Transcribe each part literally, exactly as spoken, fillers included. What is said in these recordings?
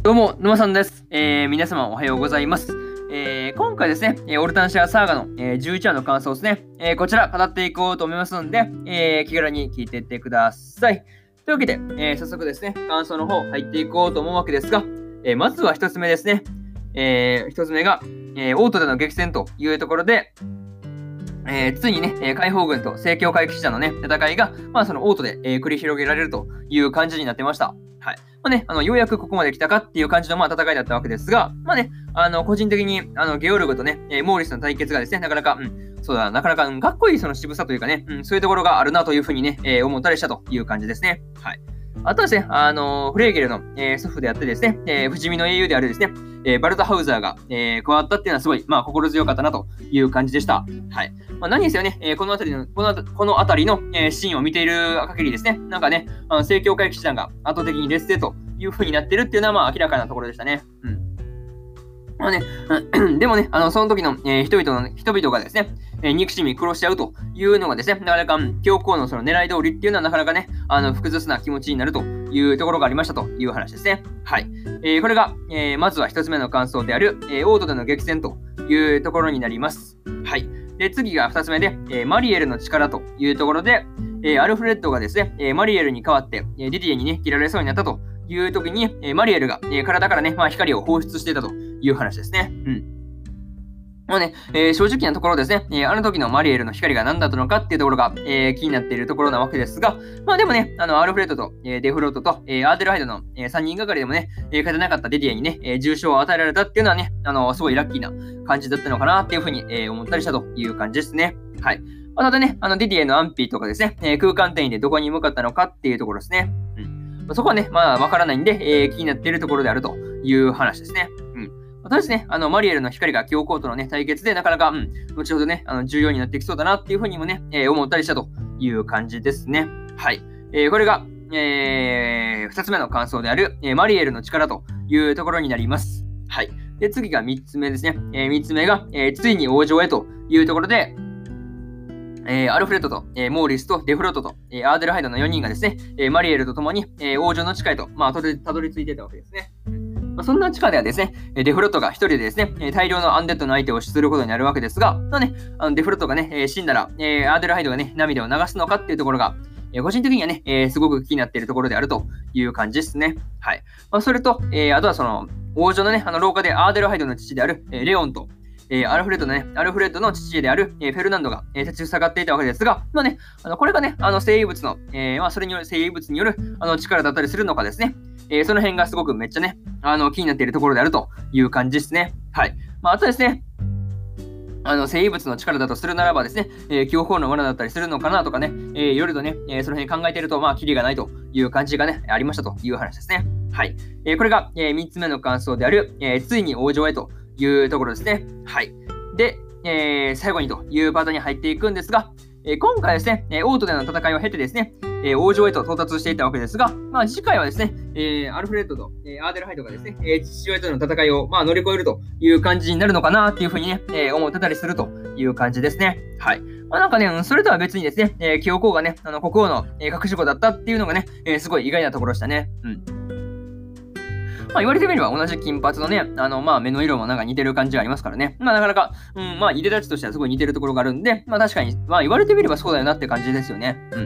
どうも、沼さんです。えー、皆様おはようございます。えー、今回ですね、えーオルタンシアサーガの、えーじゅういちわの感想ですね、えーこちら語っていこうと思いますんで、えー気軽に聞いていってください。というわけで、えー早速ですね、感想の方入っていこうと思うわけですが、えーまずは一つ目ですね。えー一つ目が、えーオートでの激戦というところで、えーついにね、えー解放軍と正教会騎士団のね、戦いが、まあそのオートで、えー繰り広げられるという感じになってました。はい。まあね、あの、ようやくここまで来たかっていう感じの、まあ、戦いだったわけですが、まあね、あの、個人的に、あの、ゲオルグとね、えーモーリスの対決がですね、なかなか、うん、そうだ、なかなか、うん、かっこいいその渋さというかね、うん、そういうところがあるなというふうにね、えー思ったりしたという感じですね。はい。あとはですね、あのーフレーゲルの、えー祖父であってですね、えー不死身の英雄であるですね、えーバルトハウザーが、えー加わったっていうのはすごい、まあ、心強かったなという感じでした。はい。まあ、何にせよね、えーこの辺りの、このあたこの辺りの、えーシーンを見ている限りですね、なんかね、あの正教会騎士団が圧倒的に劣勢という風になってるっていうのは、まあ、明らかなところでしたね。うん。まあね、でもね、あの、その時の、えー人々の、人々がですね、えー憎しみ殺し合うというのがですね、なかなか、うん、教皇のその狙い通りっていうのはなかなかね、あの、複雑な気持ちになるというところがありましたという話ですね。はい。えーこれが、えーまずは一つ目の感想である、えーオートでの激戦というところになります。はい。で、次が二つ目で、えーマリエルの力というところで、えーアルフレッドがですね、えーマリエルに代わって、えーディディエにね、切られそうになったという時に、えーマリエルが、えー体からね、まあ、光を放出していたという話ですね。うん。まあね、えー正直なところですね、えーあの時のマリエルの光が何だったのかっていうところが、えー気になっているところなわけですが、まあでもね、あの、アルフレッドと、えーデフロートと、えーアーデルハイドの、えーさんにんがかりでもね、えー勝てなかったデディエにね、えー重傷を与えられたっていうのはね、あの、すごいラッキーな感じだったのかなっていうふうに、えー思ったりしたという感じですね。はい。まあ、ただね、あの、デディエの安否とかですね、えー空間転移でどこに向かったのかっていうところですね。うん。まあ、そこはね、まあ、わからないんで、えー気になっているところであるという話ですね。うん。ただですね、あの、マリエルの光が教皇とのね、対決で、なかなか、うん、後ほどね、あの、重要になってきそうだなっていうふうにもね、えー思ったりしたという感じですね。はい。えーこれが、えー、二つ目の感想である、えーマリエルの力というところになります。はい。で、次が三つ目ですね。えー三つ目が、えーついに王城へというところで、えーアルフレッドと、えーモーリスとデフロートと、えーアーデルハイドのよにんがですね、えーマリエルと共に、えー王城の地下へと、まあ、たどりたどり着いていたわけですね。まあ、そんな地下ではですね、デフロットが一人でですね、大量のアンデッドの相手をすることになるわけですが、まあね、あのデフロットがね、死んだら、えーアーデルハイドがね、涙を流すのかっていうところが、えー個人的にはね、えーすごく気になっているところであるという感じですね。はい。まあ、それと、えーあとはその、王女のね、あの廊下でアーデルハイドの父である、えーレオンと、えーアルフレッドのね、アルフレッドの父である、えーフェルナンドが、えー立ち塞がっていたわけですが、まあね、あのこれがね、あの生物の、えーまあ、それによる生物によるあの力だったりするのかですね、えーその辺がすごくめっちゃね、あの気になっているところであるという感じですね。はい。まあ、あとですね、あの生物の力だとするならばですね、えー、教皇の罠だったりするのかなとかね、えー、夜とね、えー、その辺考えていると、まあ、キリがないという感じがね、ありましたという話ですね。はい。えー、これが、えー、みっつめの感想である、えー、ついに王城へというところですね。はい。で、えー、最後にというパートに入っていくんですが、えー、今回ですね、えー、オートでの戦いを経てですね、えー、王城へと到達していたわけですが、まあ、次回はですね、えー、アルフレッドと、えー、アーデルハイドがですね、えー、父親との戦いを、まあ、乗り越えるという感じになるのかなっていうふうにね、えー、思ってたりするという感じですね。はい。まあ、なんかね、それとは別にですね、えー、教皇がね、あの国王の、えー、隠し子だったっていうのがね、えー、すごい意外なところでしたね。うん。まあ、言われてみれば同じ金髪のね、あの、まあ、目の色もなんか似てる感じがありますからね。まあ、なかなか、うん、まあ、いでたちとしてはすごい似てるところがあるんで、まあ、確かに、まあ、言われてみればそうだよなって感じですよね。うん。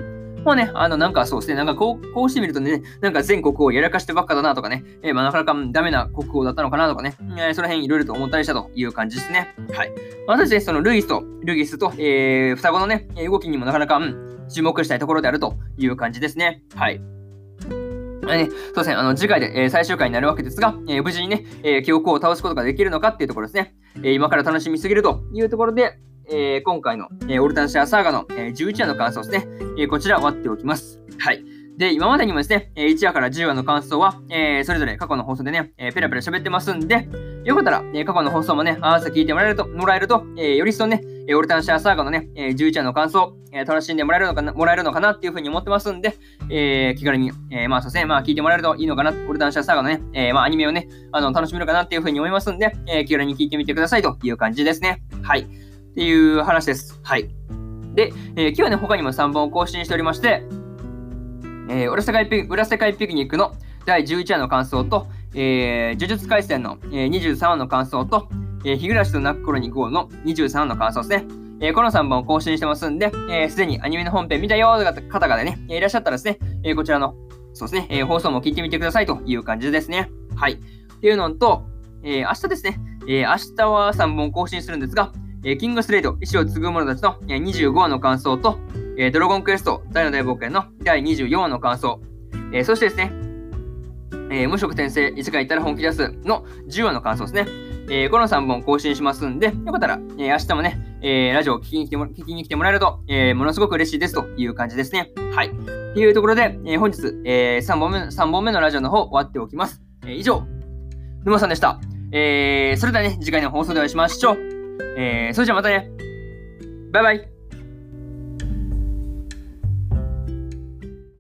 まあね、あの、なんかそうですね、なんかこう、こうしてみるとね、なんか全国をやらかしてばっかだなとかね、えー、まあ、なかなかダメな国王だったのかなとかね、えー、その辺いろいろと思ったりしたという感じですね。はい。私ですね、そのルイスとルギスと、えー、双子のね、動きにもなかなか、うん、注目したいところであるという感じですね。はい。ね、そうですね、あの次回で、えー、最終回になるわけですが、えー、無事にね、えー、教皇を倒すことができるのかっていうところですね。えー、今から楽しみすぎるというところで、えー、今回の、えー、オルタンシアサーガの、えー、じゅういちわの感想ですね、えー、こちら割っておきます。はい。で、今までにもですね、いちわからじゅうわの感想は、えー、それぞれ過去の放送でね、えー、ペラペラ喋ってますんで、よかったら、えー、過去の放送もね、合わせて聞いてもらえると、もらえると、えー、より一層ね、オルタンシアサーガのね、じゅういちわの感想、えー、楽しんでもらえるのかな、もらえるのかなっていうふうに思ってますんで、えー、気軽に、えー、まあそうですね、まあ聞いてもらえるといいのかな、オルタンシアサーガのね、えー、まあアニメをね、あの、楽しめるかなっていうふうに思いますんで、えー、気軽に聞いてみてくださいという感じですね。はい。っていう話です。はい。で、えー、今日はね、他にもさんぼん更新しておりまして、えー、裏世界ピ裏世界ピクニックのだいじゅういちわの感想と、 えー、呪術廻戦の、えー、にじゅうさんわの感想と、えー、日暮らしと泣く頃にゴーのにじゅうさんわの感想ですね。えー、このさんぼんを更新してますんで、す、えー、で、にアニメの本編見たよーという方がね、いらっしゃったらですね、えー、こちらの、そうですね、えー、放送も聞いてみてくださいという感じですね。はい。っていうのと、えー、明日ですね、えー、明日はさんぼん更新するんですが、えー、キングスレイド、意志を継ぐ者たちの、えー、にじゅうごわの感想と、えー、ドラゴンクエスト、大の大冒険のだいにじゅうよんわの感想、えー、そしてですね、えー、無色転生、異世界行ったら本気出すのじゅうわの感想ですね。えー、このさんぼん更新しますんで、よかったら、えー、明日もね、えー、ラジオを聞きに来ても聞きに来てもらえると、えー、ものすごく嬉しいですという感じですね。はい。というところで、えー、本日、えー、さんぼんめ、さんぼんめのラジオの方終わっておきます。えー、以上、沼さんでした。えー、それではね、次回の放送でお会いしましょう。えー、それじゃあまたね。バイバイ。